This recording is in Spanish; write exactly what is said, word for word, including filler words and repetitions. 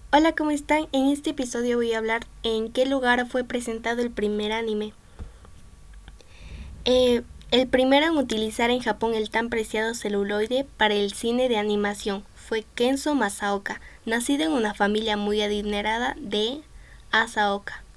Hola, ¿cómo están? En este episodio voy a hablar en qué lugar fue presentado el primer anime. Eh, el primero en utilizar en Japón el tan preciado celuloide para el cine de animación fue Kenzo Masaoka, nacido en una familia muy adinerada de Asaoka.